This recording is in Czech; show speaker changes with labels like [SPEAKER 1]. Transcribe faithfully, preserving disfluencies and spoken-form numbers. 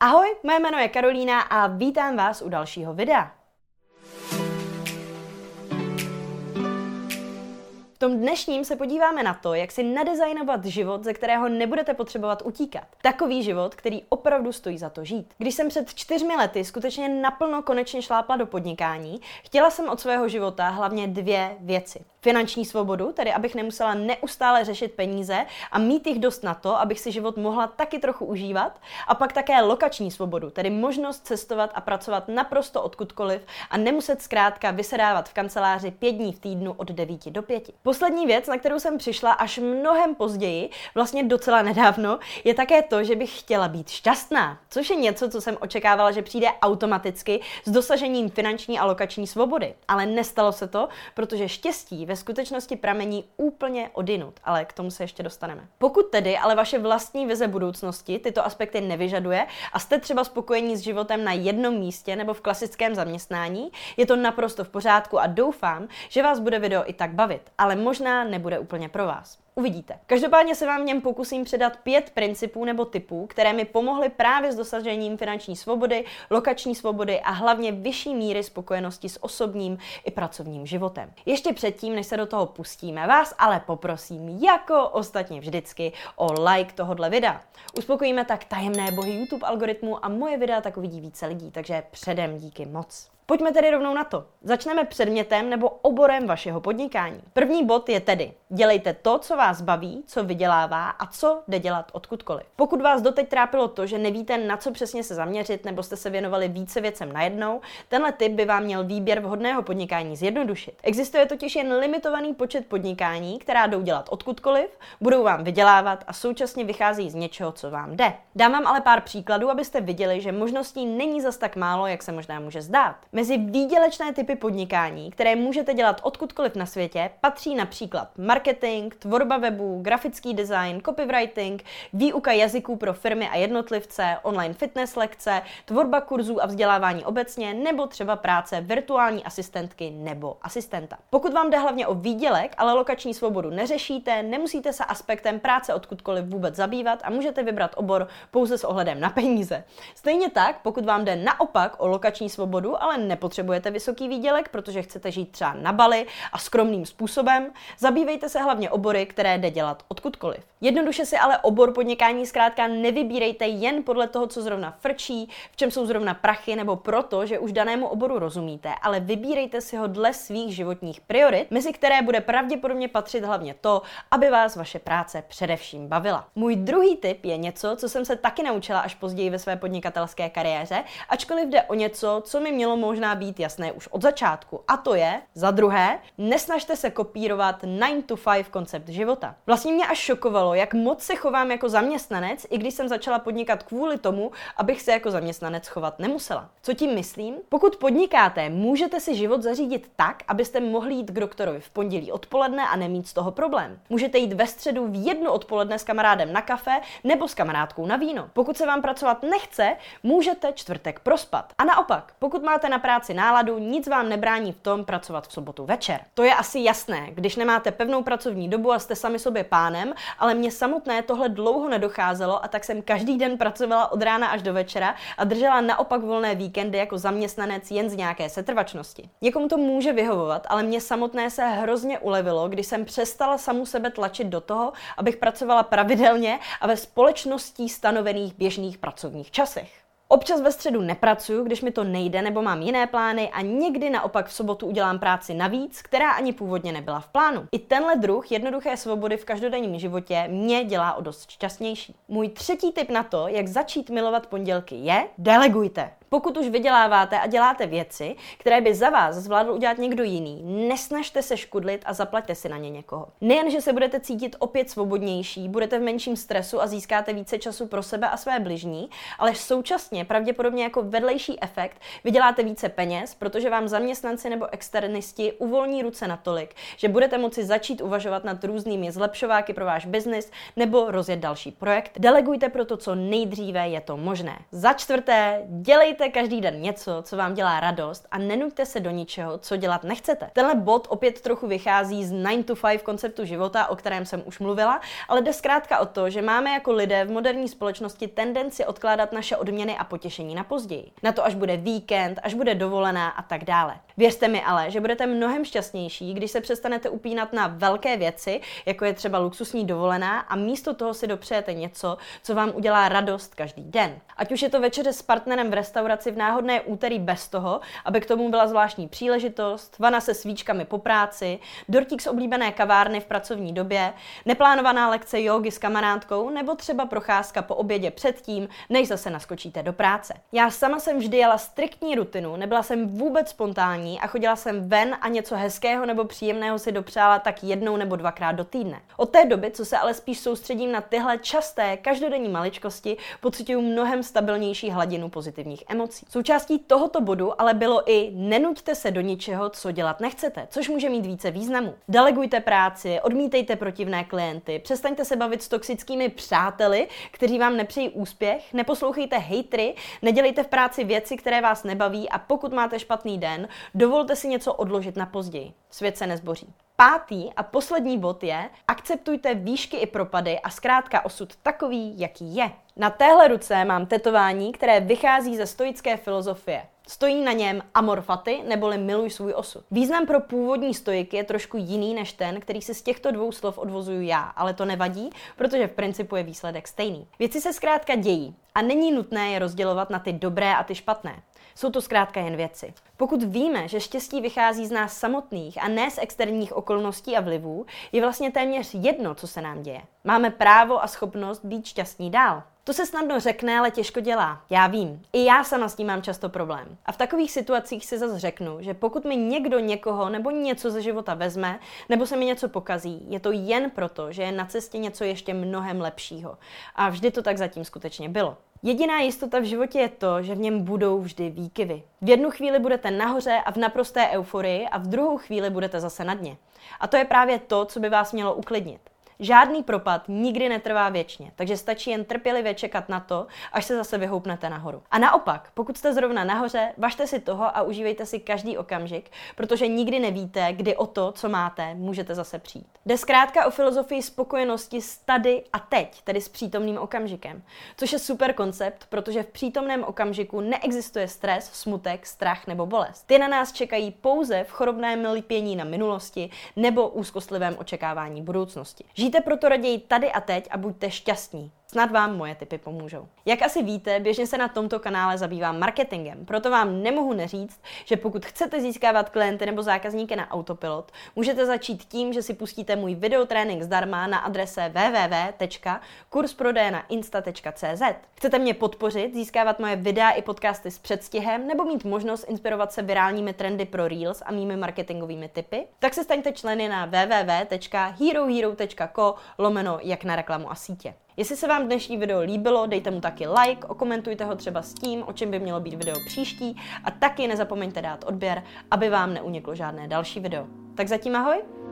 [SPEAKER 1] Ahoj, moje jméno je Karolína a vítám vás u dalšího videa. V tom dnešním se podíváme na to, jak si nadizajnovat život, ze kterého nebudete potřebovat utíkat. Takový život, který opravdu stojí za to žít. Když jsem před čtyřmi lety skutečně naplno konečně šlápla do podnikání, chtěla jsem od svého života hlavně dvě věci. Finanční svobodu, tedy abych nemusela neustále řešit peníze a mít jich dost na to, abych si život mohla taky trochu užívat, a pak také lokační svobodu, tedy možnost cestovat a pracovat naprosto odkudkoliv a nemuset zkrátka vysedávat v kanceláři pět dní v týdnu od devíti do pěti. Poslední věc, na kterou jsem přišla až mnohem později, vlastně docela nedávno, je také to, že bych chtěla být šťastná, což je něco, co jsem očekávala, že přijde automaticky s dosažením finanční a lokační svobody. Ale nestalo se to, protože štěstí ve skutečnosti pramení úplně odinut, ale k tomu se ještě dostaneme. Pokud tedy ale vaše vlastní vize budoucnosti tyto aspekty nevyžaduje a jste třeba spokojení s životem na jednom místě nebo v klasickém zaměstnání, je to naprosto v pořádku a doufám, že vás bude video i tak bavit, ale možná nebude úplně pro vás. Uvidíte. Každopádně se vám v něm pokusím předat pět principů nebo typů, které mi pomohly právě s dosažením finanční svobody, lokační svobody a hlavně vyšší míry spokojenosti s osobním i pracovním životem. Ještě předtím, než se do toho pustíme, vás ale poprosím, jako ostatně vždycky, o like tohodle videa. Uspokojíme tak tajemné bohy YouTube algoritmu a moje videa tak uvidí více lidí, takže předem díky moc. Pojďme tedy rovnou na to. Začneme předmětem nebo oborem vašeho podnikání. První bod je tedy, dělejte to, co vás baví, co vydělává a co jde dělat odkudkoliv. Pokud vás doteď trápilo to, že nevíte, na co přesně se zaměřit, nebo jste se věnovali více věcem najednou, tenhle tip by vám měl výběr vhodného podnikání zjednodušit. Existuje totiž jen limitovaný počet podnikání, která jdou dělat odkudkoliv, budou vám vydělávat a současně vychází z něčeho, co vám jde. Dám vám ale pár příkladů, abyste viděli, že možností není zas tak málo, jak se možná může zdát. Mezi výdělečné typy podnikání, které můžete dělat odkudkoliv na světě, patří například marketing, tvorba webů, grafický design, copywriting, výuka jazyků pro firmy a jednotlivce, online fitness lekce, tvorba kurzů a vzdělávání obecně, nebo třeba práce virtuální asistentky nebo asistenta. Pokud vám jde hlavně o výdělek, ale lokační svobodu neřešíte, nemusíte se aspektem práce odkudkoliv vůbec zabývat a můžete vybrat obor pouze s ohledem na peníze. Stejně tak, pokud vám jde naopak o lokační svobodu, ale nepotřebujete vysoký výdělek, protože chcete žít třeba na Bali a skromným způsobem, zabývejte se hlavně obory, které jde dělat odkudkoliv. Jednoduše si ale obor podnikání zkrátka nevybírejte jen podle toho, co zrovna frčí, v čem jsou zrovna prachy, nebo proto, že už danému oboru rozumíte, ale vybírejte si ho dle svých životních priorit, mezi které bude pravděpodobně patřit hlavně to, aby vás vaše práce především bavila. Můj druhý tip je něco, co jsem se taky naučila až později ve své podnikatelské kariéře, ačkoliv jde o něco, co mi mělo možná být jasné už od začátku. A to je, za druhé, nesnažte se kopírovat nine to five koncept života. Vlastně mě až šokovalo, jak moc se chovám jako zaměstnanec, i když jsem začala podnikat kvůli tomu, abych se jako zaměstnanec chovat nemusela. Co tím myslím? Pokud podnikáte, můžete si život zařídit tak, abyste mohli jít k doktorovi v pondělí odpoledne a nemít z toho problém. Můžete jít ve středu v jednu odpoledne s kamarádem na kafe nebo s kamarádkou na víno. Pokud se vám pracovat nechce, můžete čtvrtek prospat. A naopak, pokud máte na práci náladu, nic vám nebrání v tom pracovat v sobotu večer. To je asi jasné, když nemáte pevnou pracovní dobu a jste sami sobě pánem, ale mně samotné tohle dlouho nedocházelo a tak jsem každý den pracovala od rána až do večera a držela naopak volné víkendy jako zaměstnanec jen z nějaké setrvačnosti. Někomu to může vyhovovat, ale mně samotné se hrozně ulevilo, když jsem přestala samu sebe tlačit do toho, abych pracovala pravidelně a ve společností stanovených běžných pracovních časech. Občas ve středu nepracuju, když mi to nejde nebo mám jiné plány a někdy naopak v sobotu udělám práci navíc, která ani původně nebyla v plánu. I tenhle druh jednoduché svobody v každodenním životě mě dělá o dost šťastnější. Můj třetí tip na to, jak začít milovat pondělky, je delegujte. Pokud už vyděláváte a děláte věci, které by za vás zvládl udělat někdo jiný, nesnažte se škudlit a zaplaťte si na ně někoho. Nejen, že se budete cítit opět svobodnější, budete v menším stresu a získáte více času pro sebe a své bližní, ale současně pravděpodobně jako vedlejší efekt vyděláte více peněz, protože vám zaměstnanci nebo externisti uvolní ruce natolik, že budete moci začít uvažovat nad různými zlepšováky pro váš biznis nebo rozjet další projekt. Delegujte proto co nejdříve je to možné. Za čtvrté, dělejte Dělejte každý den něco, co vám dělá radost a nenuďte se do ničeho, co dělat nechcete. Tenhle bod opět trochu vychází z nine to five konceptu života, o kterém jsem už mluvila, ale jde zkrátka o to, že máme jako lidé v moderní společnosti tendenci odkládat naše odměny a potěšení na později. Na to, až bude víkend, až bude dovolená a tak dále. Věřte mi ale, že budete mnohem šťastnější, když se přestanete upínat na velké věci, jako je třeba luxusní dovolená, a místo toho si dopřejete něco, co vám udělá radost každý den. Ať už je to večeře s partnerem v restauraci v náhodné úterý bez toho, aby k tomu byla zvláštní příležitost, vana se svíčkami po práci, dortík z oblíbené kavárny v pracovní době, neplánovaná lekce jógy s kamarádkou nebo třeba procházka po obědě předtím, než zase naskočíte do práce. Já sama jsem vždy jela striktní rutinu, nebyla jsem vůbec spontánní a chodila jsem ven a něco hezkého nebo příjemného si dopřála tak jednou nebo dvakrát do týdne. Od té doby, co se ale spíš soustředím na tyhle časté každodenní maličkosti, pociťuju mnohem stabilnější hladinu pozitivních emocí. Součástí tohoto bodu ale bylo i nenuďte se do ničeho, co dělat nechcete, což může mít více významů. Delegujte práci, odmítejte protivné klienty, přestaňte se bavit s toxickými přáteli, kteří vám nepřejí úspěch, neposlouchejte hejtry, nedělejte v práci věci, které vás nebaví, a pokud máte špatný den, dovolte si něco odložit na později. Svět se nezboří. Pátý a poslední bod je, akceptujte výšky i propady a zkrátka osud takový, jaký je. Na téhle ruce mám tetování, které vychází ze stoické filozofie. Stojí na něm amor fati, neboli miluj svůj osud. Význam pro původní stoiky je trošku jiný než ten, který si z těchto dvou slov odvozuju já, ale to nevadí, protože v principu je výsledek stejný. Věci se zkrátka dějí a není nutné je rozdělovat na ty dobré a ty špatné. Jsou to zkrátka jen věci. Pokud víme, že štěstí vychází z nás samotných a ne z externích okolností a vlivů, je vlastně téměř jedno, co se nám děje. Máme právo a schopnost být šťastní dál. To se snadno řekne, ale těžko dělá. Já vím. I já sama s tím mám často problém. A v takových situacích si zase řeknu, že pokud mi někdo někoho nebo něco ze života vezme, nebo se mi něco pokazí, je to jen proto, že je na cestě něco ještě mnohem lepšího. A vždy to tak zatím skutečně bylo. Jediná jistota v životě je to, že v něm budou vždy výkyvy. V jednu chvíli budete nahoře a v naprosté euforii a v druhou chvíli budete zase na dně. A to je právě to, co by vás mělo uklidnit. Žádný propad nikdy netrvá věčně, takže stačí jen trpělivě čekat na to, až se zase vyhoupnete nahoru. A naopak, pokud jste zrovna nahoře, važte si toho a užívejte si každý okamžik, protože nikdy nevíte, kdy o to, co máte, můžete zase přijít. Jde zkrátka o filozofii spokojenosti s tady a teď, tedy s přítomným okamžikem, což je super koncept, protože v přítomném okamžiku neexistuje stres, smutek, strach nebo bolest. Ty na nás čekají pouze v chorobném lpění na minulosti nebo úzkostlivém očekávání budoucnosti. Žijte proto raději tady a teď a buďte šťastní. Snad vám moje tipy pomůžou. Jak asi víte, běžně se na tomto kanále zabývám marketingem, proto vám nemohu neříct, že pokud chcete získávat klienty nebo zákazníky na autopilot, můžete začít tím, že si pustíte můj videotrénink zdarma na adrese w w w tečka kurz prodeje na insta tečka c z. Chcete mě podpořit, získávat moje videa i podcasty s předstihem nebo mít možnost inspirovat se virálními trendy pro Reels a mými marketingovými tipy? Tak se staňte členy na w w w tečka herohero tečka co lomeno jak na reklamu a sítě. Jestli se vám dnešní video líbilo, dejte mu taky like, okomentujte ho třeba s tím, o čem by mělo být video příští, a taky nezapomeňte dát odběr, aby vám neuniklo žádné další video. Tak zatím ahoj!